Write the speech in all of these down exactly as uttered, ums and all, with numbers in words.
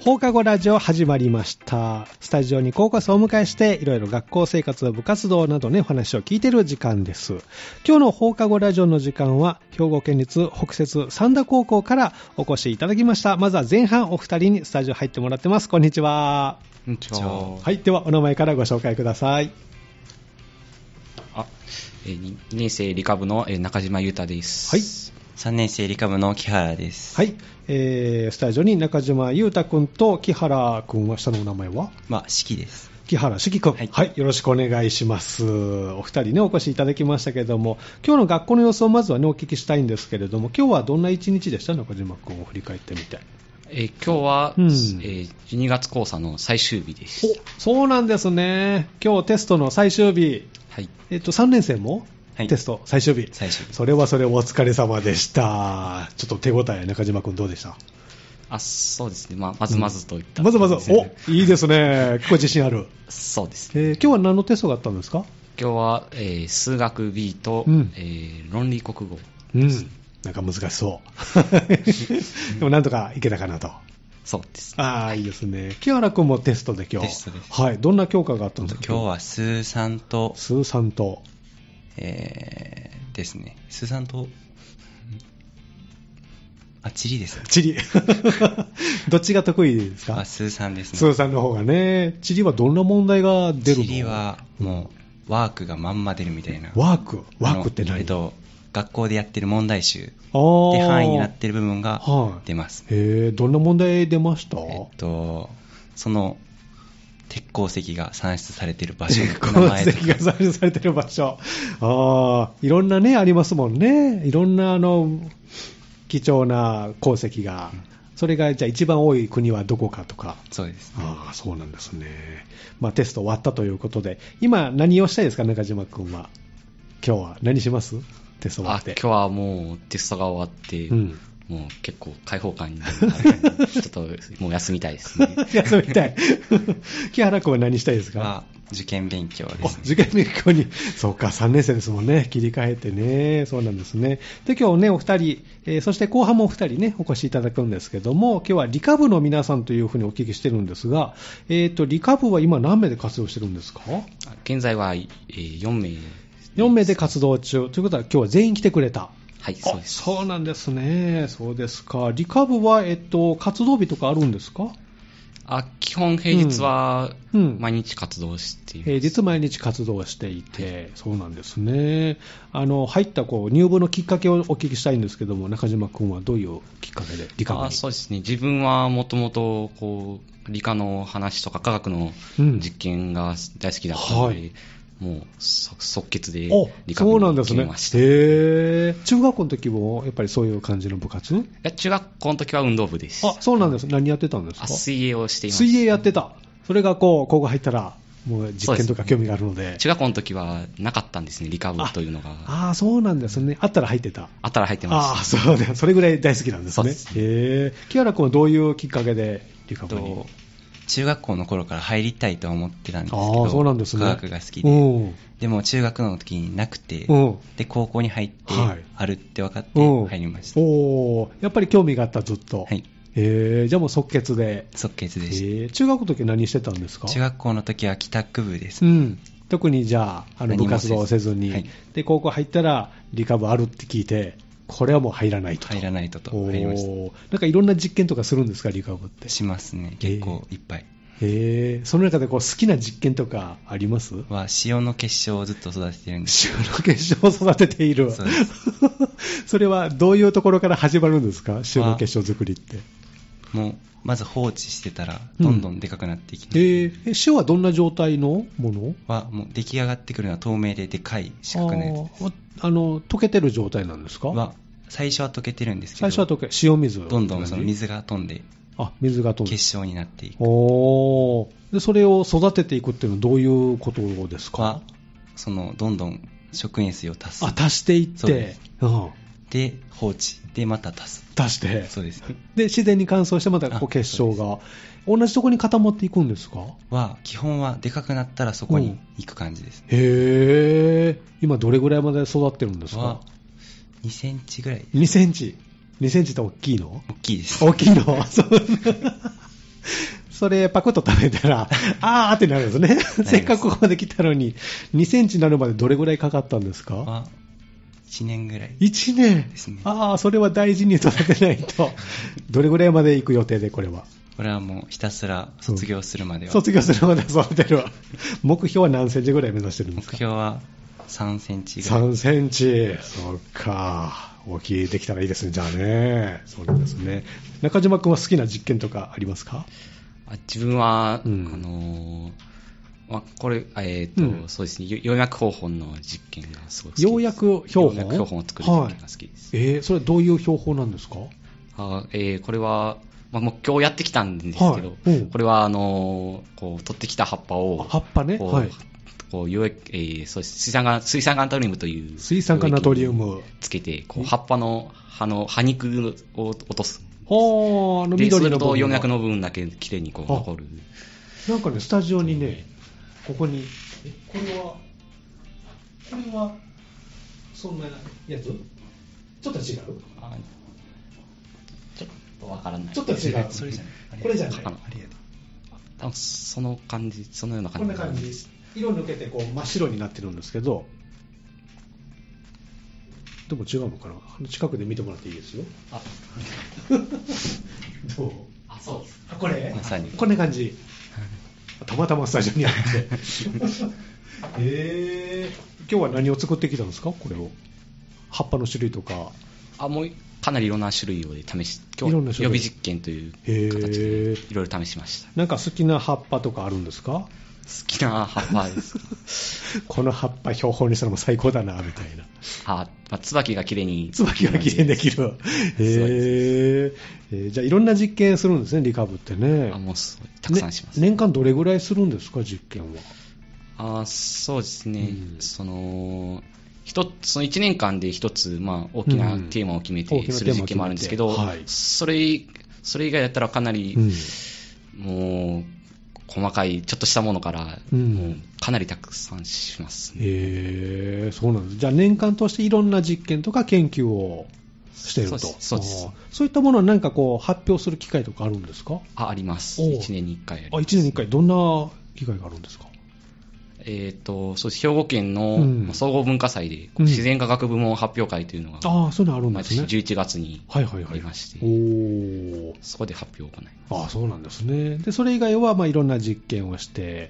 放課後ラジオ始まりました。スタジオに高校生をお迎えしていろいろ学校生活、部活動などねお話を聞いている時間です。今日の放課後ラジオの時間は兵庫県立北摂三田高校からお越しいただきました。まずは前半お二人にスタジオ入ってもらってます。こんにちは。 こんにちは。 はい、ではお名前からご紹介ください。 あ、えー、にねん生理科部の中島裕太です。 はい。 さんねん生理科部の木原です。 はい、えー、スタジオに中島裕太君と木原君は下のお名前はまあ、四季です。 木原四季君、はい、はい、よろしくお願いします。お二人ねお越しいただきましたけれども、今日の学校の様子をまずはねお聞きしたいんですけれども、今日はどんな一日でした？中島君を振り返ってみて。 えー、今日は、うん、えー、じゅうにがつ講座の最終日です。 お、そうなんですね。今日テストの最終日。 はい。 えっとさんねん生もはい、テスト最終日。 最終日。 それはそれお疲れ様でした。ちょっと手応え、中島君どうでした？ あ、そうですね。まあ、まずまずといった、 うん、まずまず、お、いいですね。結構自信ある。 そうですね。 えー、今日は何のテストがあったんですか？ 今日は、えー、数学 B と、うんえー、論理国語。 うん。なんか難しそう。でもなんとかいけたかなと。 そうです。 ああ、いいですね。木原君もテストで今日。 テストです。 はい。どんな教科があったんですか？ 今日は数三と、 数三と、 えー、ですね。数三と、あ、地理です。 地理。どっちが得意ですか？ あ、数三ですね。 数三の方がね。地理はどんな問題が出るの？ 地理はもう、ワークがまんま出るみたいな。 ワークワークって何？ えっと、学校でやってる問題集で範囲になってる部分が出ます。 はい、へー、どんな問題出ました？ えっと、その、鉄鉱石が産出されている場所の名前とか。鉄鉱石が産出されている場所。ああ、いろんなね、ありますもんね。いろんな、あの、貴重な鉱石が。うん、それが、じゃあ一番多い国はどこかとか。 そうです、 ね。ああ、そうなんですね。まあテスト終わったということで、今何をしたいですか、中島君は。今日は何します？テスト終わって。 あ、今日はもうテストが終わって、うん、もう結構開放感になるので、ちょっともう休みたいですね。 休みたい。木原君は何したいですか？ まあ、受験勉強です、ね。 受験勉強に、そうか、さんねん生ですもんね。切り替えてね。そうなんですね。で、今日ね、お二人、えー、そして後半もお二人ね、お越しいただくんですけども、今日は理科部の皆さんというふうにお聞きしてるんですが、えっと、理科部は今何名で活動してるんですか？ 現在は、えー、よんめい。 よんめいで活動中。ということは今日は全員来てくれた。 はい、そうです。 そうなんですね。そうですか。理科部は、えっと、活動日とかあるんですか？ あ、基本平日は毎日活動しています。 うんうん、平日毎日活動していて、はい、そうなんですね。あの、入ったこう入部のきっかけをお聞きしたいんですけども、中島君はどういうきっかけで理科部に？ あ、そうですね。自分はもともと、こう、理科の話とか科学の実験が大好きだったので、うん、はい、もう即決で理科部に決めました。 そうなんですね。へー。中学校の時もやっぱりそういう感じの部活？いや、中学校の時は運動部です。 あ、そうなんです。何やってたんですか？ あ、水泳をしています。 水泳やってた。それがこう高校入ったらもう実験とか興味があるので。で中学校の時はなかったんですね、理科部というのが。 ああ、そうなんですね。あったら入ってた。 あったら入ってました。 ああ、そうね。それぐらい大好きなんですね。そうです。へー。木原君はどういうきっかけで理科部に？ 中学校の頃から入りたいとは思ってたんですけど、 あ、そうなんですね、 科学が好きで、でも中学の時になくて、で高校に入って、はい、あるって分かって入りました。 お、やっぱり興味があった、ずっと。はい。えー、じゃあもう即決で。 即決でした。 えー、中学の時何してたんですか？ 中学校の時は帰宅部です、 うん、特にじゃあ、あの部活動をせずに、はい、で高校入ったら理科部あるって聞いて、これはもう入らないと。 入らないとと入りました。 なんかいろんな実験とかするんですか、理科部って？ しますね、結構いっぱい。 へー。その中でこう好きな実験とかあります？ は塩の結晶をずっと育ててるんです。 塩の結晶を育てている。そうです。それはどういうところから始まるんですか、塩の結晶作りって？ もうまず放置してたらどんどんでかくなっていきます、 うん、えー、塩はどんな状態のものはもう出来上がってくるのは透明ででかい四角のやつです。 あの溶けてる状態なんですか？ は最初は溶けてるんですけど、 最初は溶け塩水どんどんその水が飛んで、 あ、水が飛んで結晶になっていく。 おでそれを育てていくっていうのはどういうことですか？ はそのどんどん食塩水を足す。 あ、足していって、うん、 で放置でまた足す。 足して、 そうです。 で自然に乾燥してまたこう結晶が同じところに固まっていくんですか？ は基本はでかくなったらそこに行く感じです、ね、 うん、へー。今どれぐらいまで育ってるんですか？ にセンチぐらいです。 にセンチにセンチって大きいの？ 大きいです。 大きいの？そうそれパクッと食べたら、あーってなるんですね。せっかくここまで来たのに、にセンチになるまでどれぐらいかかったんですか？ あ、いちねんぐらい。 いちねんですね。 ああ、それは大事に育てないと。どれぐらいまで行く予定で、これは？ これはもうひたすら卒業するまでは。 卒業するまでは育てるわ。目標は何センチぐらい目指してるんですか？ 目標はさんセンチぐらい。 さんセンチ。そっか。大きいできたらいいですね、じゃあね。そうなんですね。中島君は好きな実験とかありますか？ あ自分は、 うん、 あのーまあ、これ、えっ、ー、と、うん、そうですね、葉脈標本の実験がすごい好きです。 葉脈標本？ 葉脈標本を作る実験が好きです。 はい、えー、それはどういう標本なんですか？ あえー、これは、まあ、もう今日やってきたんですけど、はいうん、これはあのー、こう取ってきた葉っぱを、 葉っぱね、はい、 こう溶液、えー、そうです水酸化水酸化ナトリウムという水酸化ナトリウムつけて、こう葉っぱの葉の葉肉を落とす。 はあ、あの緑の部分。 で、それと葉脈の部分だけきれいにこう残る。 なんかね、スタジオにね、ここに、え、これは、これは、そんなやつ？ちょっと違う？あちょっとわからない。 ちょっと違う。 それじゃない。 これじゃない。 あ多分その感じ、そのような感じ。 こんな感じ。色抜けてこう真っ白になってるんですけど、でも違うのかな？近くで見てもらっていいですよ。あどう？ あ、そうです。 あ、これ？ まさに。 こんな感じ。たまたまスタジオにあって。えー、今日は何を作ってきたんですか？これを。葉っぱの種類とか。 あ、もうかなりいろんな種類を試し、今日は予備実験という形でいろいろ試しました。 なんか好きな葉っぱとかあるんですか？ 好きな葉っぱですか？ この葉っぱ標本にしたらもう最高だなみたいな。 あ、まあ、椿がきれいに椿がきれいにできる。へー、えー、じゃあいろんな実験するんですね、理科部ってね。 あ、もうすごいたくさんします、 ね、年間どれぐらいするんですか、実験は？ あ、そうですね、うん、その一つそのいちねんかんで一つ、まあ、大きなテーマを決めてする実験もあるんですけど、うんはい、それそれ以外だったらかなり、うん、もう細かいちょっとしたものから、うん、もうかなりたくさんしますね。 へー、そうなんです。じゃあ年間としていろんな実験とか研究をしていると。 そうです。そうです。 そういったものは何かこう発表する機会とかあるんですか？ あ、あります。いちねんにいっかいあります。 あ、いちねんにいっかい。どんな機会があるんですか？ えーと、そうです。兵庫県の総合文化祭で、うん、自然科学部門発表会というのが、 ああ、そういうのあるんですね。 毎年じゅういちがつにありまして、はいはいはい、おそこで発表を行います。 ああ、そうなんですね。で、それ以外はまあいろんな実験をして、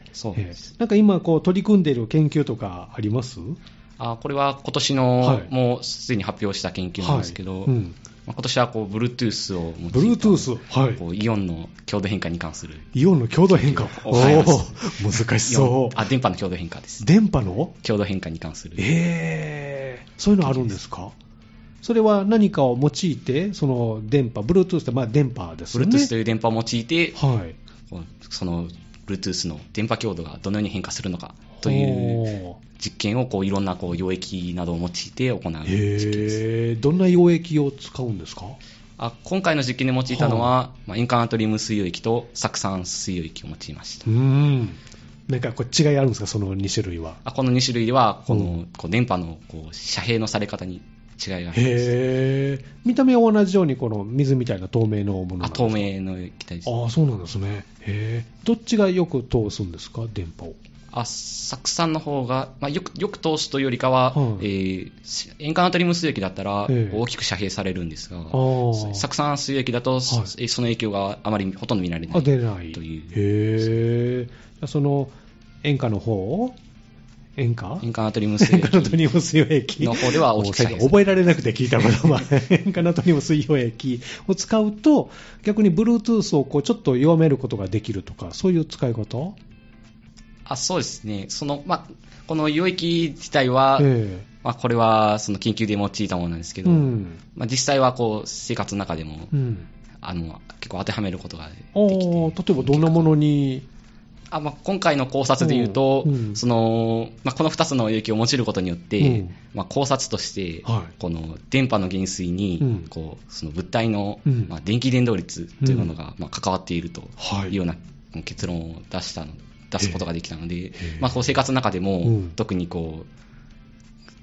そうです。 えー、なんか今こう取り組んでいる研究とかあります？ あ、これは今年の、はい、もうすでに発表した研究なんですけど、はい、うん、今年はこう Bluetooth を用いた Bluetooth、はい、 こうイオンの強度変化に関するイオンの強度変化、おー、難しそう。 あ、電波の強度変化です。 電波の強度変化に関する。 えー、そういうのあるんですか？それは何かを用いて、その電波、Bluetooth ってまあ電波ですよね。 Bluetooth という電波を用いて、 はい、 その Bluetooth の電波強度がどのように変化するのかという実験をこういろんなこう溶液などを用いて行う実験です。 へー、どんな溶液を使うんですか？ あ、今回の実験で用いたのは、はまあ、塩化ナトリウム水溶液と酢酸水溶液を用いました。 うーん、なんかこう違いあるんですか、そのに種類は？ あ、このに種類ではこの、うん、こう電波のこう遮蔽のされ方に違いがあります。 へー、見た目は同じようにこの水みたいな透明のものなんですか？ あ、透明の液体です。 ああ、そうなんですね。へー、どっちがよく通すんですか、電波を？ あ、酢酸の方が、まあ、よくよく通すというよりかは、はい、えー、塩化ナトリウム水液だったら大きく遮蔽されるんですが、酢酸水液だと、はい、その影響があまりほとんど見られないという。 出ない。へー、その塩化の方塩化塩化ナトリウム水液の方では大きく遮蔽される。 覚えられなくて聞いたことは塩化ナトリウム水溶液を使うと逆に Bluetooth をこうちょっと弱めることができるとか、そういう使い方？ あ、そうですね。その、まあ、この溶液自体は、えーまあ、これはその研究で用いたものなんですけど、うんまあ、実際はこう生活の中でも、うん、あの結構当てはめることができて。あ、例えばどんなものに？ あ、まあ、今回の考察でいうと、うんそのまあ、このふたつの溶液を用いることによって、うんまあ、考察として、はい、この電波の減衰に、うん、こうその物体の、うんまあ、電気伝導率というものが、うんまあ、関わっているというような結論を出したの出すことができたので、まあ、こう生活の中でも、うん、特にこう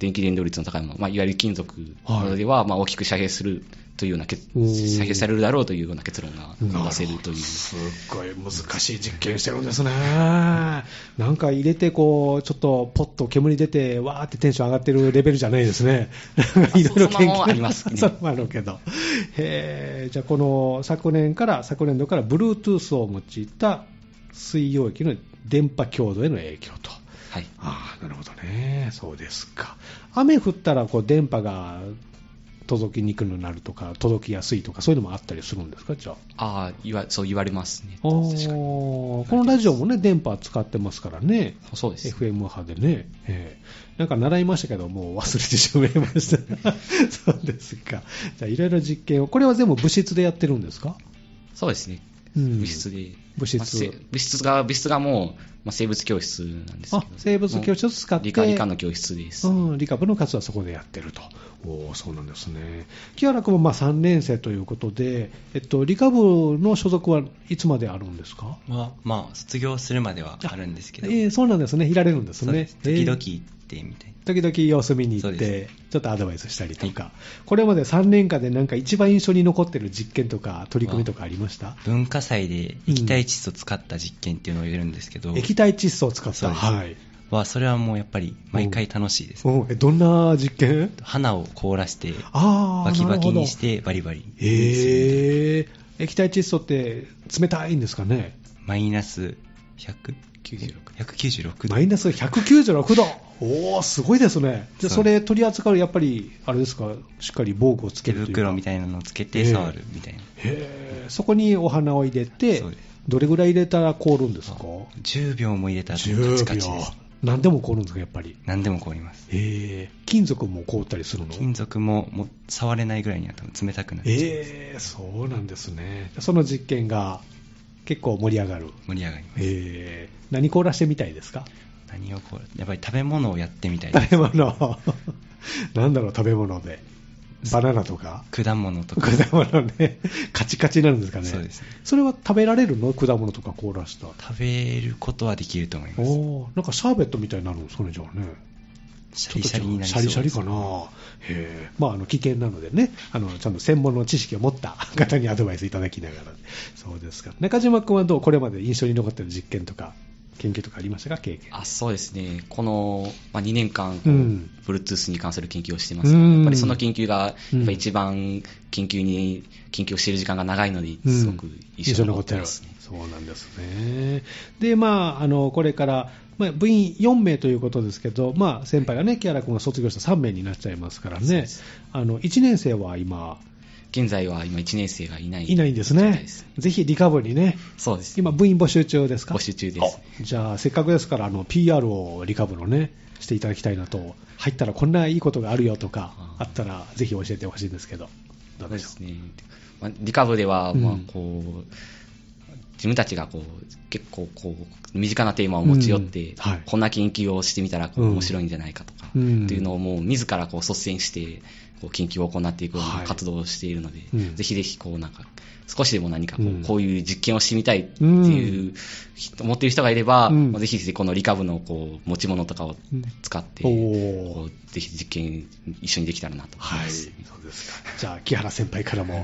電気伝導率の高いもの、まあ、いわゆる金属などでは、まあ、大きく遮蔽するというような、遮蔽されるだろうというような結論が出せるという。 すっごい難しい実験してるんですね。なんか入れてこうちょっとポッと煙出てわーってテンション上がってるレベルじゃないですね。いろいろ研究ありますね。 そうもあるけど。へー、じゃあこの昨年から昨年度から Bluetooth を用いた水溶液の電波強度への影響と。 はい。 ああ、なるほどね。そうですか。雨降ったらこう電波が届きにくくなるとか届きやすいとかそういうのもあったりするんですか？じゃあ。 ああ、言わそう言われますね。 確かに。このラジオもね電波使ってますからね。 そうです。 エフエム 波でね、えー。なんか習いましたけどもう忘れてしまいました。そうですか。じゃあいろいろ実験をこれは全部物質でやってるんですか？ そうですね。うん、物質で。 物質、 まあ、物質が物質がもう、まあ、生物教室なんですけど。あ、 生物教室を使って。 理科理科の教室です。 うん、理科部の活動はそこでやってると。お、そうなんですね。木原君もまあさんねん生ということで、えっと、理科部の所属はいつまであるんですか？ まあ、まあ、卒業するまではあるんですけど。 えー、そうなんですね。いられるんですね。 時々行ってみたいな。 時々様子見に行って、ちょっとアドバイスしたりとか、はい、これまでさんねんかんでなんか一番印象に残ってる実験とか取り組みとかありました？ 文化祭で液体窒素を使った実験っていうのを入れるんですけど、 うん、液体窒素を使った、 はい、はそれはもうやっぱり毎回楽しいです、ね。 えどんな実験？ 花を凍らしてバキバキにしてバリバリ。 えー、液体窒素って冷たいんですかね？ マイナスひゃくきゅうじゅうろく、ひゃくきゅうじゅうろくど。 マイナスひゃくきゅうじゅうろくど。おー、すごいですね。じゃそれ取り扱うやっぱりあれですか、しっかり防具をつけるというか手袋みたいなのをつけて触るみたいな。 へー、そこにお花を入れてどれぐらい入れたら凍るんですか？ じゅうびょうも入れたらカチカチです。 何でも凍るんですか？やっぱり何でも凍ります。 へー、金属も凍ったりするの？ 金属ももう触れないぐらいには多分冷たくなっちゃいます。 えー、そうなんですね。その実験が結構盛り上がる。 盛り上がります。 えー、何凍らしてみたいですか？ 何をこうやっぱり食べ物をやってみたいです。 食べ物なんだろう、食べ物でバナナとか果物とか。 果物ね、カチカチになるんですかね。 そうですね。 それは食べられるの？果物とか凍らした。 食べることはできると思います。 お、なんかシャーベットみたいになるんですかね、じゃあね。 シャリシャリになりそうです。 シャリシャリかな。へー、まあ、あの危険なのでね、あのちゃんと専門の知識を持った方にアドバイスいただきながら。そうですか。中島君はどう、これまで印象に残っている実験とか研究とかありましたか？経験。 あ、そうですね。この、まあ、にねんかんこう、うん、Bluetooth に関する研究をしてますが、 うん、 やっぱりその研究がやっぱ一番研究に研究をしている時間が長いので、すごく印象に残ってますね。 うん、そうなんですね。で、まあ、あのこれからまあ、部員よんめいということですけど、まあ、先輩がね、木原君が卒業したさんめいになっちゃいますからね、あのいちねん生は今、 現在は今いちねん生がいないいないんですね。ぜひ理科部にね、 そうです。 今部員募集中ですか？ 募集中です。 じゃあせっかくですからあの ピーアール を理科部のねしていただきたいなと、入ったらこんないいことがあるよとかあったらぜひ教えてほしいんですけど、どうでしょう？ そうですね。まあ、理科部では、まあこう、うん、自分たちがこう結構こう身近なテーマを持ち寄って、うん、はい、こんな研究をしてみたらこう面白いんじゃないかとか、うん、っていうのをもう自らこう率先してこう研究を行っていくような活動をしているので、はい、ぜひぜひこうなんか少しでも何かこう、うん、こういう実験をしてみたいっていう、うん、思っている人がいれば、うん、ぜひぜひこの理科部のこう持ち物とかを使って、うん、こうぜひ実験一緒にできたらなと思います。 はい、そうですか。じゃあ木原先輩からも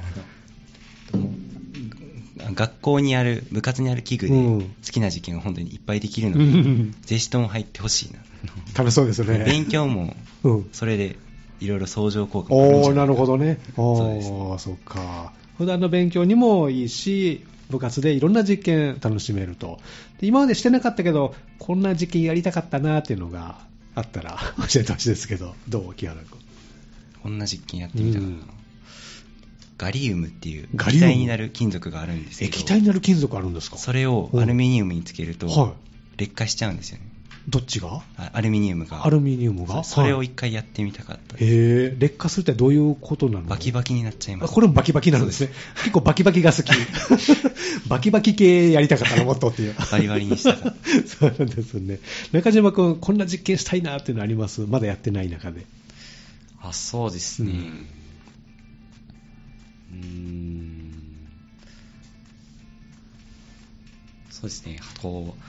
学校にある部活にある器具で好きな実験が本当にいっぱいできるので、うん、ぜひとも入ってほしいな。 楽しそうですね。 勉強もそれでいろいろ相乗効果もあるんじゃないか。 おー、なるほどね。そうですね。そうか。普段の勉強にもいいし、部活でいろんな実験楽しめると。で今までしてなかったけどこんな実験やりたかったなっていうのがあったら教えてほしいですけど、どう？木原君。 こんな実験やってみたかったな、うん、ガリウムっていう液体になる金属があるんですけど、 液体になる金属あるんですか？ それをアルミニウムにつけると劣化しちゃうんですよね。 どっちが？ アルミニウムが。 アルミニウムが。 そ, それを一回やってみたかったです。 へえ、劣化するってどういうことなの？ バキバキになっちゃいます。 これもバキバキなんですね。結構バキバキが好き。バキバキ系やりたかったらもっとっていう。 バリバリにしたかった。 そうなんですね。中島君、こんな実験したいなっていうのあります？まだやってない中で。 あ、そうですね。うん。うーんそうですね。こう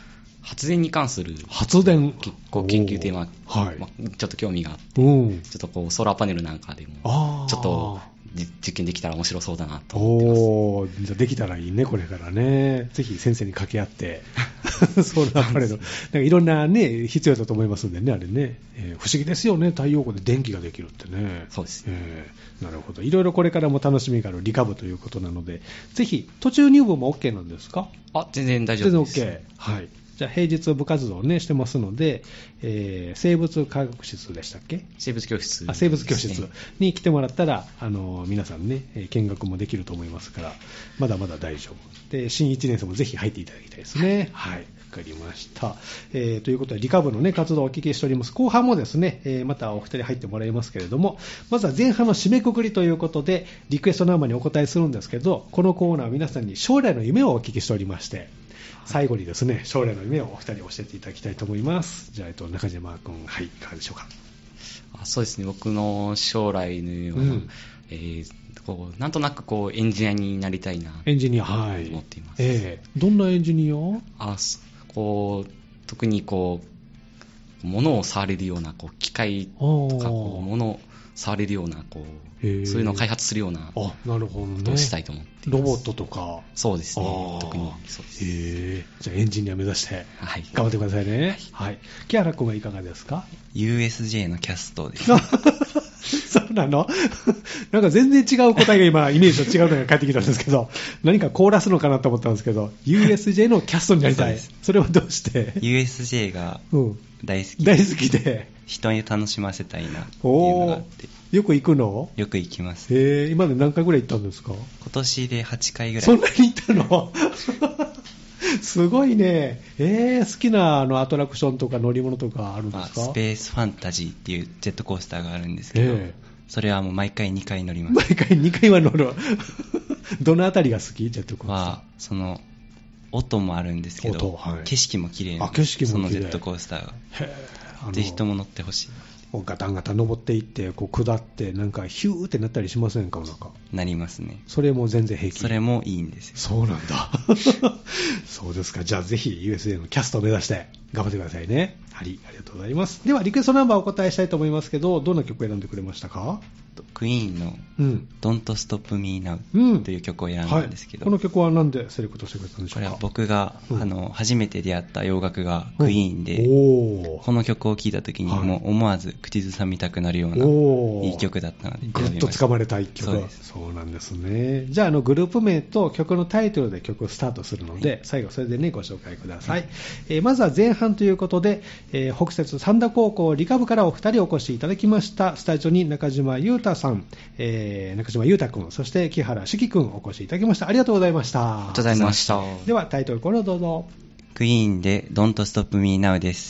発電に関する発電結構研究テーマ、 はいまあ、ちょっと興味があって、ちょっとこうソーラーパネルなんかでもちょっと実験できたら面白そうだなと思ってます。 おー、じゃあできたらいいね、これからね。ぜひ先生に掛け合ってソーラーパネルなんかいろんなね必要だと思いますんでね、あれね、えー、不思議ですよね、太陽光で電気ができるってね。 そうですね、 えー、なるほど。いろいろこれからも楽しみがある理科部ということなので、ぜひ途中入部も OK なんですか？ あ、全然大丈夫です。 全然 OK。はい。じゃあ平日部活動をねしてますので、えー、生物科学室でしたっけ？ 生物教室、 あ、生物教室に来てもらったら、あの皆さんね見学もできると思いますから、まだまだ大丈夫で、新いちねん生もぜひ入っていただきたいですね。はい、わかりました。えー、ということで理科部のね活動をお聞きしております。後半もですね、えー、またお二人入ってもらいますけれども、まずは前半の締めくくりということでリクエストナンバーにお答えするんですけど、このコーナーは皆さんに将来の夢をお聞きしておりまして、最後にですね、将来の夢をお二人教えていただきたいと思います。じゃあ、えっと、中島君、はい、いかがでしょうか。 あ、そうですね、僕の将来の夢は、うん、えー、こうなんとなくこうエンジニアになりたいなとエンジニア、はい、 思っています。 えー、どんなエンジニア？ あ、こう特にこう物を触れるようなこう機械とかこう物を触れるようなこうそういうのを開発するようなことをしたいと思っています。 ロボットとか。 そうですね、特にそうです。 へー、じゃあエンジニア目指して頑張ってくださいね。はい、はい、木原君はいかがですか？ ユーエスジェー のキャストです。 そうなのなんか全然違う答えが今イメージと違うのが返ってきたんですけど、何かコーラスのかなと思ったんですけど、 ユーエスジェー のキャストになりたい。 そ, それはどうして？ ユーエスジェー が大好き、うん、 大好きで人に楽しませたいなっていうのがあって。 よく行くの？ よく行きます。 へー、今まで何回ぐらい行ったんですか？ 今年ではちかいぐらい。 そんなに行ったの？すごいね。えー、好きなあのアトラクションとか乗り物とかあるんですか？ スペースファンタジーっていうジェットコースターがあるんですけど、えー、それはもう毎回にかい乗ります。 毎回にかいは乗る。どのあたりが好き？ジェットコースターはその音もあるんですけど、はい、景色も綺麗な、 景色も綺麗、 そのジェットコースターが。へー、ぜひとも乗ってほしい。 ガタンガタン登っていってこう下ってなんかヒューってなったりしませんか？なんかなりますね。 それも全然平気。 それもいいんですよ。 そうなんだ。そうですか。じゃあぜひ ユーエスエー のキャストを目指して頑張ってくださいね。はい、ありがとうございます。ではリクエストナンバーをお答えしたいと思いますけど、どんな曲を選んでくれましたか？ クイーンの Don't Stop Me Now、うん、という曲を選んだんですけど、 はい、この曲は何でセレクトしてくれたんでしょうか？ これは僕が、うん、あの初めて出会った洋楽がクイーンで、 うん、 この曲を聴いた時にもう思わず口ずさみたくなるようないい曲だったのでぐっと掴まれた一曲。そうです。そうなんですね。じゃあ、あのグループ名と曲のタイトルで曲をスタートするので、はい、最後それでねご紹介ください。はい、えー、まずは前半ということで、えー、北摂三田高校理科部からお二人お越しいただきました。スタジオに中島裕太さん、えー、中島裕太君、そして木原茂樹君お越しいただきました。ありがとうございました。 ありがとうございました。 ではタイトルコールをどうぞ。 クイーンで Don't Stop Me Now です。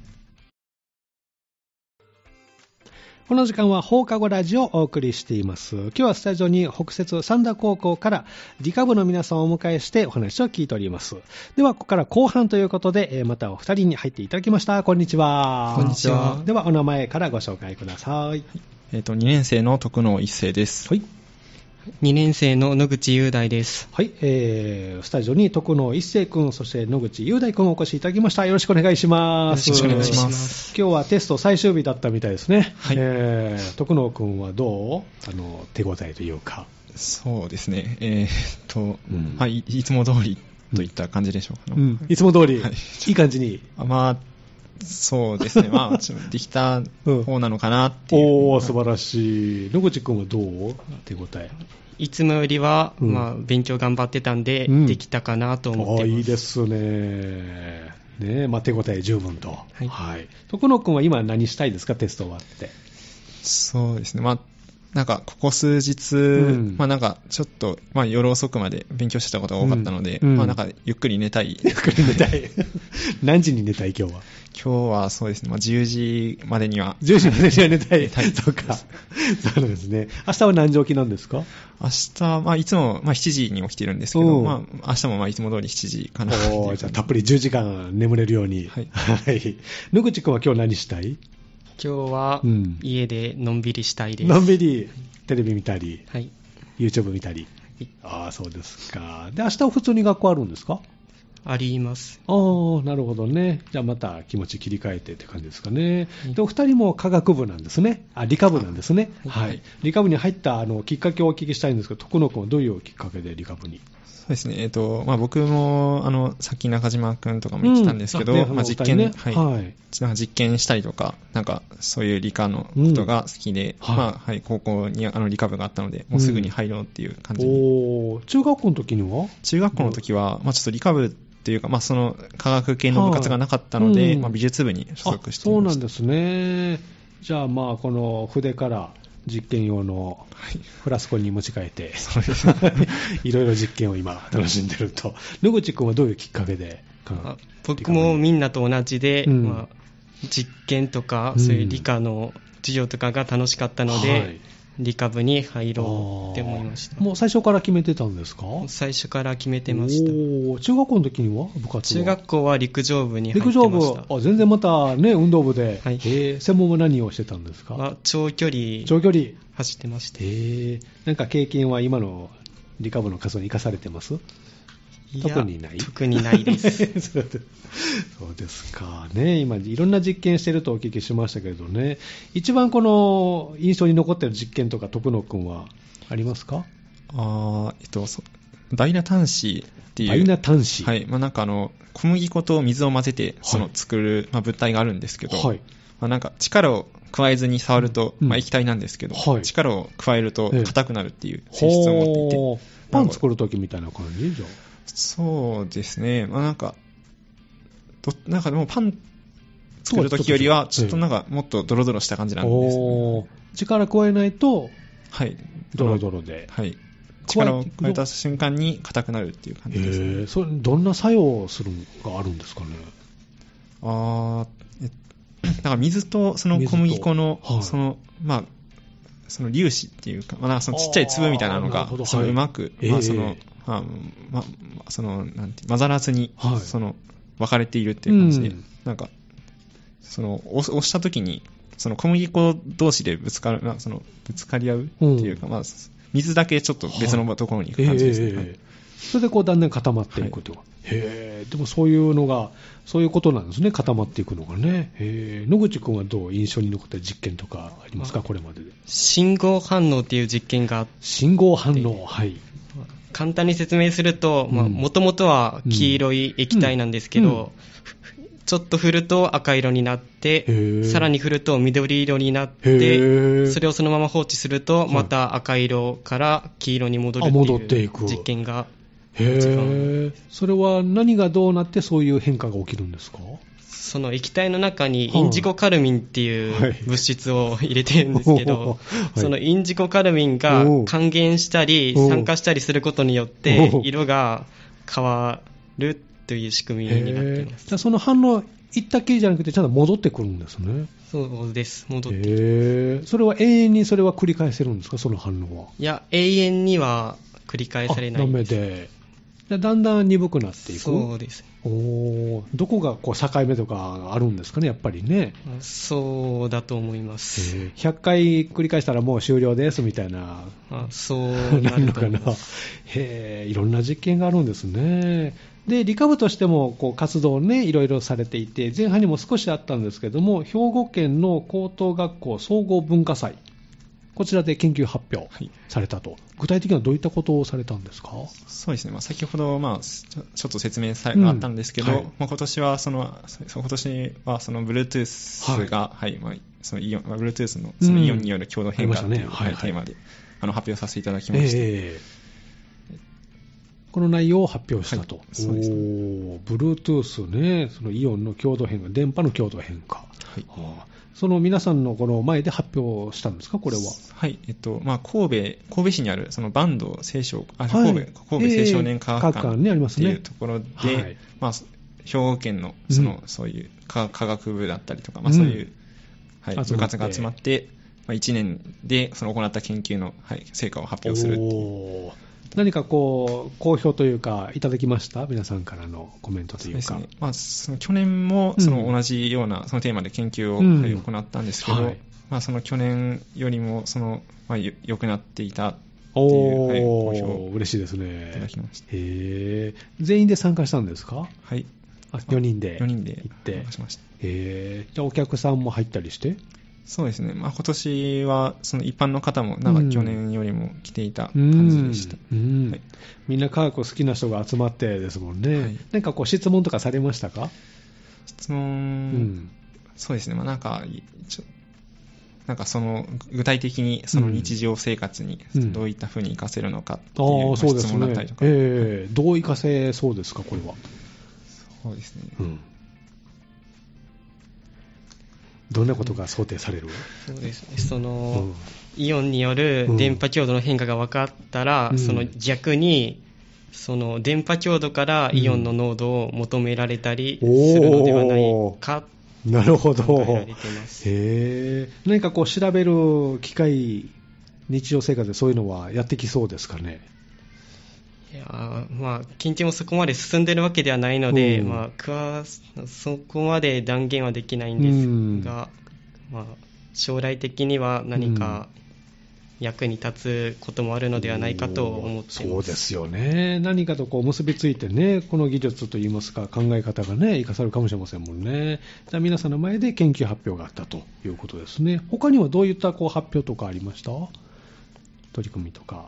この時間は放課後ラジオをお送りしています。今日はスタジオに北摂三田高校から理科部の皆さんをお迎えしてお話を聞いております。ではここから後半ということでまたお二人に入っていただきました。こんにちは。 こんにちは。 ではお名前からご紹介ください。 えーと、にねん生の徳野一成です。 はい。 にねん生の野口雄大です。 はい、えー、スタジオに徳野一成君、そして野口雄大君をお越しいただきました。よろしくお願いします。 よろしくお願いします。 今日はテスト最終日だったみたいですね。 はい。 えー、徳野君はどう？あの手応えというか。 そうですね。えー、っと、うん、まあ、い, いつも通りといった感じでしょうか、 うん。いつも通り、はい、いい感じに。 まあそうですね、まあ、できた方なのかなっていう、 うん、おー、素晴らしい。野口君はどう？手応え。 いつもよりは、うん、まあ、勉強頑張ってたんで、うん、できたかなと思ってます。 あ、いいですね。ね、まあ、手応え十分と。はい。はい、徳野君は今何したいですか、テスト終わって。 そうですね、まあなんかここ数日、うん、まあなんかちょっと、まあ、夜遅くまで勉強してたことが多かったので、うんうん、まあなんかゆっくり寝たい。 ゆっくり寝たい。何時に寝たい今日は？ 今日はそうですね、まあ、じゅうじまでには。 じゅうじまでには寝たい。寝たい。そうか。そうなんですね。明日は何時起きなんですか？ 明日、まあいつも、まあしちじに起きてるんですけど、まあ明日もまあいつも通りしちじかな。 おー、じゃあたっぷりじゅうじかん眠れるように。はい。はい。野口君は今日何したい？ 今日は家でのんびりしたいです。 のんびりテレビ見たり、 はい、 YouTube 見たり、はい、ああそうですか。で明日は普通に学校あるんですか？ あります。 ああ、なるほどね。じゃあまた気持ち切り替えてって感じですかね。で、お二人も科学部なんですね。あ、理科部なんですね。はい。はい、理科部に入ったあのきっかけをお聞きしたいんですけど、徳野君はどういうきっかけで理科部に？ そうですね。えっと、まあ、僕も、あの、さっき中島くんとかも言ってたんですけど、うんね、まあ、実験、ね、はい。はい、なんか実験したりとか、なんか、そういう理科のことが好きで、うん、まあ、はい、高校にあの理科部があったので、もうすぐに入ろうっていう感じで。うん、 お中学校の時には中学校の時は、まあ、ちょっと理科部っていうか、まあ、その、科学系の部活がなかったので、はい、まあ、美術部に所属していました。 そうなんですね。じゃあ、まあ、この筆から、実験用のフラスコに持ち替えて、 そうですね、 いろいろ実験を今楽しんでると。野口君はどういうきっかけで？ 僕もみんなと同じで、うんまあ、実験とか、そういう理科の授業とかが楽しかったので、はい、理科部に入ろうって思いました。 もう最初から決めてたんですか？ 最初から決めてました。 お中学校の時には部活は？ 中学校は陸上部に入ってました。陸上部、あ全然またね、運動部で、はい、えー、専門は何をしてたんですか？ まあ、長距離長距離走ってました。 えー、なんか経験は今の理科部の活動に生かされてます？特にない？ 特にないですそうですかね。今いろんな実験してるとお聞きしましたけれどね、一番この印象に残っている実験とか徳野君はありますか？ あえっとダイナ端子っていうダイナ端子、 はい、まあ、なんかあの小麦粉と水を混ぜてその作る、はいまあ、物体があるんですけど、はいまあ、なんか力を加えずに触ると、うんまあ、液体なんですけど、はい、力を加えると硬くなるっていう性質を持っていて、ええ、パン作るときみたいな感じじゃあ？ そうですね、まあ、なんかどなんかでもパン作るときよりはちょっとなんかもっとドロドロした感じなんです、ね、 お力加えないとはいドロドロで、 はい、力を加えた瞬間に硬くなるっていう感じです、ね、 えー、それどんな作用するのがあるんですかね？ あえだから水とその小麦粉の、はい、そのまあその粒子っていうか、まあ、そのちっちゃい粒みたいなのがそのうまく、はいまあそのまあまあ、そのなんて混ざらずに、はい、その分かれているっていう感じで、うん、なんかその押したときにその小麦粉同士でぶつかるそのぶつかり合うっていうか、うんまあ、水だけちょっと別のところに行く感じですね。はいえーはい、 それでこうだんだん固まっていくと、はい、へーでもそういうのがそういうことなんですね、固まっていくのがね。へー野口君はどう印象に残っている実験とかありますか、これまでで？ 信号反応っていう実験があって、 信号反応、はい、 簡単に説明すると、もともとは黄色い液体なんですけど、うんうんうん、ちょっと振ると赤色になって、さらに振ると緑色になって、それをそのまま放置すると、また赤色から黄色に戻るっていう実験が、 へーそれは何がどうなってそういう変化が起きるんですか？ その液体の中にインジゴカルミンっていう物質を入れてるんですけど、はい、そのインジゴカルミンが還元したり酸化したりすることによって色が変わるという仕組みになっています。 じゃあその反応行ったきりじゃなくてちゃんと戻ってくるんですね。 そうです、戻ってくる。 それは永遠にそれは繰り返せるんですか、その反応は？ いや、永遠には繰り返されないんです。 ダメでだんだん鈍くなっていく。 そうです。 おどこがこう境目とかあるんですかね、やっぱりね。 そうだと思います。 ひゃっかい繰り返したらもう終了ですみたいな。 あそうなると思います。 へいろんな実験があるんですね。で理科部としてもこう活動をねいろいろされていて、前半にも少しあったんですけども、兵庫県の高等学校総合文化祭、こちらで研究発表されたと、はい、具体的にはどういったことをされたんですか？ そうですね、まあ、先ほど、まあ、ちょっと説明があったんですけど、うんはいまあ、今年はその今年はその Bluetooth が、はいはいまあ、そのイオン Bluetooth のそのイオンによる共同変化という、ねはいはい、テーマであの発表させていただきまして、えー、この内容を発表したと、はい、 そうですね、 お Bluetooth ね、そのイオンの共同変化、電波の共同変化、はいはあ、その皆さんのこの前で発表したんですか、これは？ はい、えっとまあ、神戸神戸市にあるその坂東青少あ、はい、神戸神戸青少年科学館っていうところで、えーねはいまあ、兵庫県のその、うん、そういう科学部だったりとか、まあ、そういう、うんはい、部活が集まって、まあ、いちねんでその行った研究の、はい、成果を発表するっていう。 何かこう好評というかいただきました？皆さんからのコメントというか。 そうですね、まあ、その去年もその同じようなそのテーマで研究を、うんはい、行ったんですけど、はいまあ、その去年よりもその、まあ、良くなっていたっおー、 はい、好評嬉しいですね。 いただきました。 へー、全員で参加したんですか？ はい。 あ、よにんでよにんで行って参加しました。 へー、じゃあお客さんも入ったりして？ そうですね、まあ、今年はその一般の方もなんか去年よりも来ていた感じでした、 うんうん、はい、みんな科学好きな人が集まってですもんね、はい、なんかこう質問とかされましたか？ 質問、うん、そうですね、まあ、なんかちょなんかその具体的にその日常生活にどういったふうに活かせるのかっていう質問だったりとか、 うんうん、えー、どう活かせそうですか、これは？ そうですね、 うん、どんなことが想定される？ そうですね、その、うん、イオンによる電波強度の変化が分かったら、うん、その逆にその電波強度からイオンの濃度を求められたりするのではないか、 うん、なるほど。考えられています。へー、何かこう調べる機会、日常生活でそういうのはやってきそうですかね？ いやまあ、研究もそこまで進んでるわけではないので、うん、まあ、そこまで断言はできないんですが、うん、まあ、将来的には何か役に立つこともあるのではないかと思っています。 そうですよね。何かとこう結びついてね、この技術といいますか考え方がね生かされるかもしれませんもんね。じゃあ皆さんの前で研究発表があったということですね。他にはどういったこう発表とかありました？取り組みとか。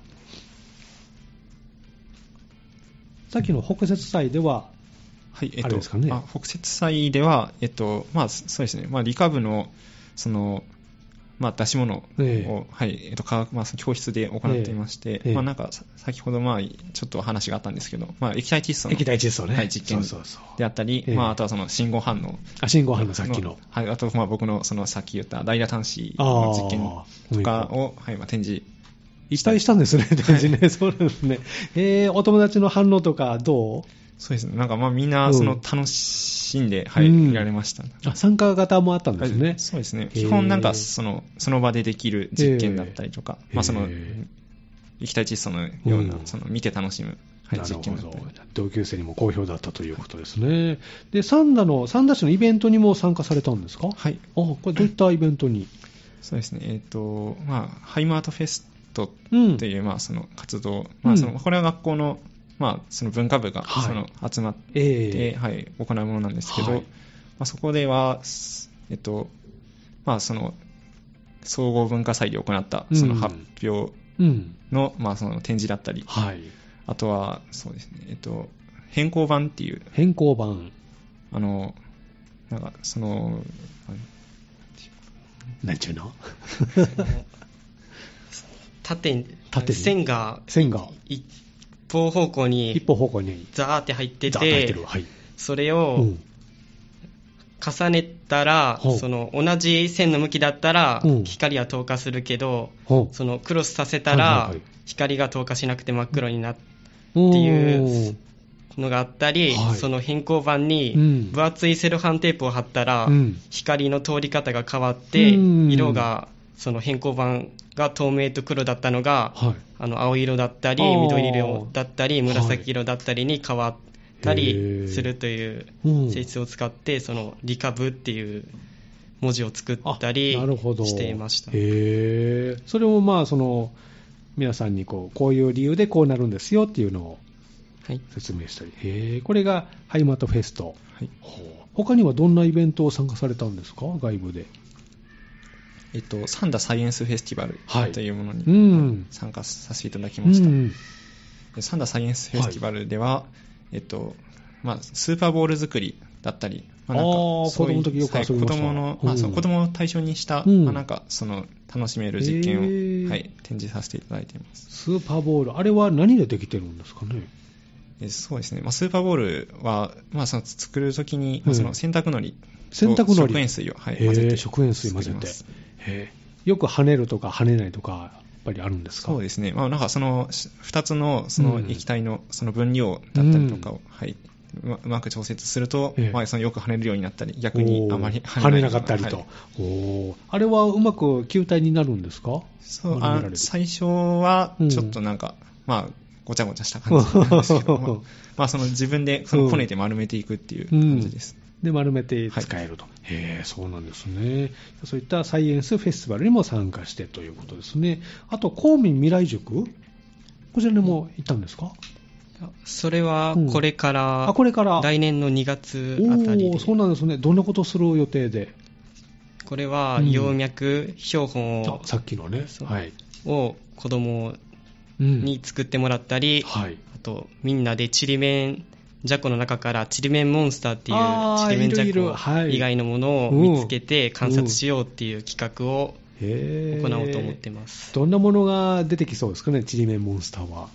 さっきの北摂祭では、 はい、えっと、 あれですかね。 あ、北摂祭では、えっと、まあ、そうですね、まあ、理科部の、その、まあ、出し物を、えーはいえっと科学まあ、教室で行っていまして、えーまあ、なんか先ほど、まあ、ちょっと話があったんですけど、まあ、液体窒素の液体窒素、ね、 はい、実験であったり、 そうそうそう、 まあ、あとはその信号反応、 あ信号反応さっきの、 はい、あとまあ僕のそのさっき言ったダイヤ端子の実験とかを、はいまあ、展示一体したんですね、展示ね、はい、そうですね。えー、お友達の反応とかどう？ そうですね、なんかまあみんなその楽しんで、うん、はい、見られました。 あ、参加型もあったんですね。 そうですね。基本なんかそのその場でできる実験だったりとか、まあその液体窒素のような、その見て楽しむ、はい、実験だったり。 同級生にも好評だったということですね。で、三田の三田市のイベントにも参加されたんですか？ はい。 あ、これどういったイベントに？ そうですね。えっとまあハイマートフェストという、うん、まあその活動、まあそのこれは学校のまあ、その文化部がその集まって、はいえーはい、行うものなんですけど、はいまあ、そこでは、えっとまあ、その総合文化祭で行ったその発表の、うんまあ、その展示だったり、はい、あとはそうですね、えっと、変更版っていう変更版あのなんかその何ちゅうの縦に縦に線が線が一方方向に一方方向にザーって入ってて、 入ってる、はい、 それを重ねたら、うん、その同じ線の向きだったら、うん、光は透過するけど、うん、そのクロスさせたら、はいはいはい、光が透過しなくて真っ黒になってっていうのがあったり、はい、その変更板に分厚いセロハンテープを貼ったら、うん、光の通り方が変わって、色がその変更板が透明と黒だったのが、はい、あの青色だったり緑色だったり紫色だったりに変わったりするという性質を使って、その理科部っていう文字を作ったりしていました。 へー、それもまあその皆さんにこう、こういう理由でこうなるんですよっていうのを説明したり、はい、へー、これがハイマートフェスト、はい、他にはどんなイベントを参加されたんですか、外部で？ えっと、サンダサイエンスフェスティバルというものに、はい、うん、参加させていただきました。うん、サンダサイエンスフェスティバルでは、はい、えっとまあ、スーパーボール作りだったり、まあ、なんかそういう子供の時よく遊びました。 子供の、まあ、その子供を対象にした、うんまあ、なんかその楽しめる実験を、はい、展示させていただいています。 スーパーボール、あれは何でできてるんですかね？ えそうですね、まあ、スーパーボールは、まあ、その作るときに、まあ、その洗濯のり洗濯のり食塩水を、はい、混ぜて食塩水混ぜて、へよく跳ねるとか跳ねないとかやっぱりあるんですか？ そうですね、まあ、なんかそのふたつのその液体のその分量だったりとかを、うんはい、うまく調節すると、ええまあ、そのよく跳ねるようになったり逆にあまり跳ねなかったりと、はい、おあれはうまく球体になるんですか？ そうあ最初はちょっとなんか、うんまあ、ごちゃごちゃした感じなんですけど、まあまあ、その自分でそのこねて丸めていくっていう感じです、 うんで丸めて使えると、はい、へーそうなんですね。そういったサイエンスフェスティバルにも参加してということですね。あと公民未来塾、 こちらにも行ったんですか？ それはこれから、うん、 あこれから来年のにがつあたりで。 そうなんですね。どんなことをする予定で？ これは葉脈標本を、 うん、さっきのね、はい、 を子供に作ってもらったり、うんはい、あとみんなでちりめんじゃこの中からちりめんモンスターっていうちりめんじゃこ以外のものを見つけて観察しようっていう企画を行おうと思ってます。 どんなものが出てきそうですかね、ちりめんモンスターは。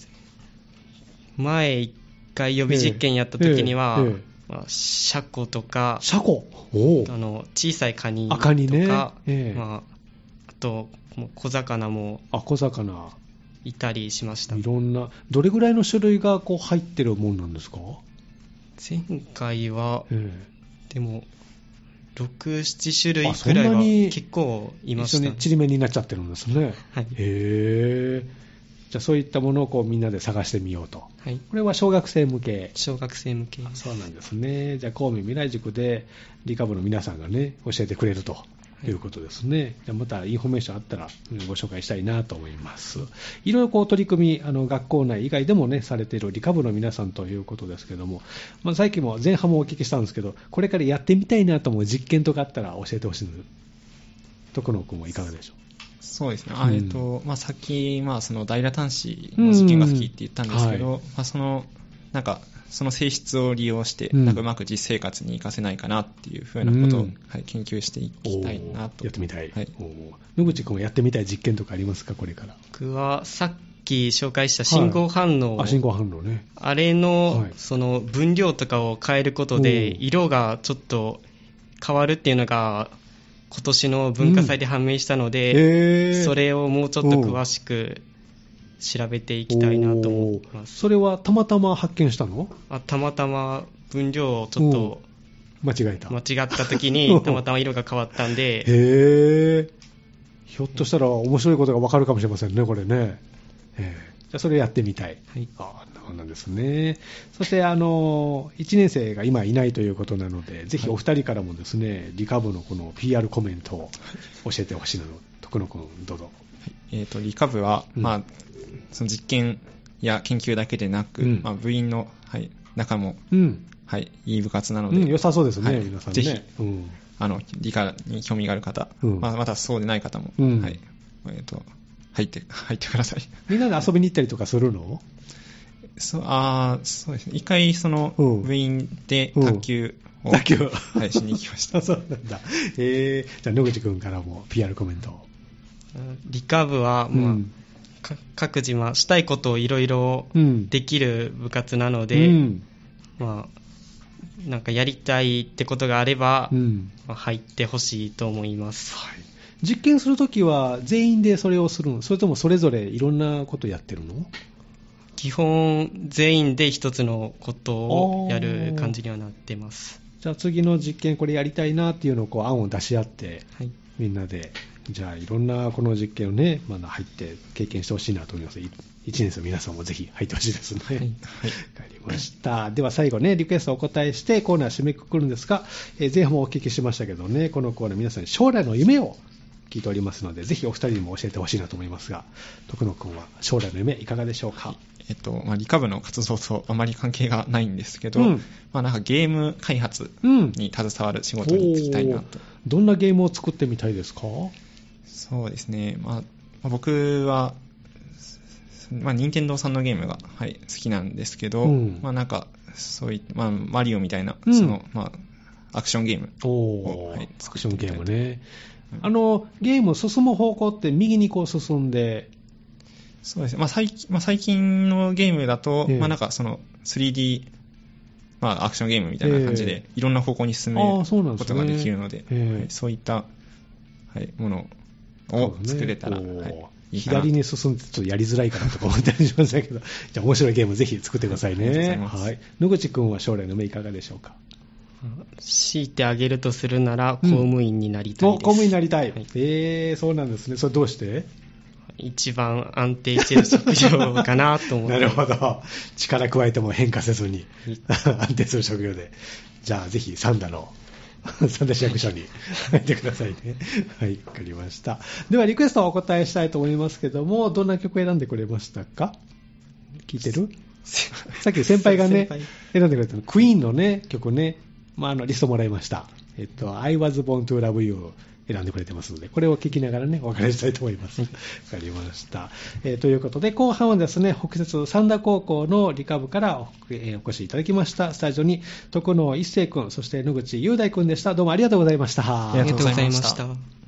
前一回予備実験やった時には、えーえーまあ、シャコとかシャコあの小さいカニとか、 カニねえーまあ、あともう小魚もあ小魚いたりしました。 いろんなどれぐらいの種類がこう入ってるもんなんですか？ 前回は、えー、でもろく、なな種類くらいは結構いました、ね、 一緒にちりめんになっちゃってるんですね。 はい、 へー。じゃあそういったものをこうみんなで探してみようと、 はい、 これは小学生向け。 小学生向け。 そうなんですね。じゃあ神戸未来塾で理科部の皆さんがね教えてくれるということですね、はい、じゃあまたインフォメーションあったらご紹介したいなと思います。いろいろこう取り組みあの学校内以外でもねされている理科部の皆さんということですけども、まあ、最近も前半もお聞きしたんですけど、これからやってみたいなと思う実験とかあったら教えてほしいので、徳野君はいかがでしょう？ そうですね、あ、うんえっとまあ、さっき、まあ、そのダイラ端子の実験が好きって言ったんですけど、うんはいまあ、そのなんかその性質を利用して、うん、なんかうまく実生活に活かせないかなっていうふうなことを、うんはい、研究していきたいなと。 やってみたい、はい、野口君はやってみたい実験とかありますか、これから？ 僕はさっき紹介した信号反応、 はい、あ信号反応ね、 あれ の,、はい、その分量とかを変えることで色がちょっと変わるっていうのが今年の文化祭で判明したので、うんえー、それをもうちょっと詳しく調べていきたいなと思います。 それはたまたま発見したの？ あたまたま分量をちょっと間違えた間違った時にたまたま色が変わったんでへー、ひょっとしたら面白いことが分かるかもしれませんね、これね。えー、じゃあそれやってみたい、 はい、 あそうなんですね。そしてあのいちねん生が今いないということなので、ぜひお二人からもですね、はい、理科部のこの ピーアール コメントを教えてほしいので、徳野君どうぞ。はいえー、と理科部は、うんまあ、その実験や研究だけでなく、うんまあ、部員の、はい、仲も、うんはい、いい部活なので、うん、 良さそうですね、はい、皆さんね。 ぜひ、うん、あの理科に興味がある方、うんまあ、またそうでない方も、 うんはいえー、と入って入ってください。 みんなで遊びに行ったりとかするの？ そうあそうですね、一回その部員で卓球を、 うん、卓球はい、しに行きましたそうなんだ。えー、じゃあ野口君からも ピーアール コメントを。 理科部は、まあうん各自まあしたいことをいろいろできる部活なので、うんまあ、なんかやりたいってことがあれば、うんまあ、入ってほしいと思います、 はい、実験するときは全員でそれをするの？それともそれぞれいろんなことやってるの？ 基本全員で一つのことをやる感じにはなってます。 じゃあ次の実験これやりたいなっていうのをこう案を出し合って、 はい、 みんなでじゃあいろんなこの実験をね、まだ入って経験してほしいなと思います。いちねん生の皆さんもぜひ入ってほしいですね。はい。わ、はい、かりました。では最後ね、リクエストをお答えしてコーナー締めくくるんですが、えー、前半もお聞きしましたけどね、このコーナー皆さんに将来の夢を聞いておりますので、ぜひお二人にも教えてほしいなと思いますが、徳野君は将来の夢いかがでしょうか？ えっとまあ、理科部の活動とあまり関係がないんですけど、うんまあ、なんかゲーム開発に携わる仕事に就きたいなと、うん、 どんなゲームを作ってみたいですか？ そうですね、まあまあ、僕は、まあ、任天堂さんのゲームが、はい、好きなんですけど、うんまあ、なんかそういった、まあ、マリオみたいな、うんそのまあ、アクションゲームを、はい、作ってみたい。 アクションゲームね、うん、あのゲーム進む方向って右にこう進んで、 そうですね、まあ 最, まあ、最近のゲームだと、えーまあ、なんかその スリーディー、まあ、アクションゲームみたいな感じで、えー、いろんな方向に進めることができるので、そう、ねえーはい、そういった、はい、ものを作れたら、ねはい、いい左に進んでちょっとやりづらいかなとか思ったりしましたけどじゃあ面白いゲームぜひ作ってくださいね。ありがとうございます、はい、野口君は将来の夢いかがでしょうか？ 強いてあげるとするなら公務員になりたいです、うん、 公務員になりたい、はい、えー、そうなんですね。それどうして？ 一番安定している職業かなと思ってなるほど、力加えても変化せずに安定する職業で、じゃあぜひサンダの三田市役所に書いてくださいね。はい、わかりました。ではリクエストをお答えしたいと思いますけども、どんな曲選んでくれましたか？聞いてる？さっき先輩がね、選んでくれたの、クイーンのね、曲ね、まあ、あのリストもらいました。えっと、I was born to love you 選んでくれてますので、これを聞きながらね、お別れしたいと思います。わかりました。えー、ということで、後半はですね、北摂三田高校の理科部からお,、えー、お越しいただきました。スタジオに徳野一成君、そして野口雄大君でした。どうもありがとうございました。 ありがとうございました。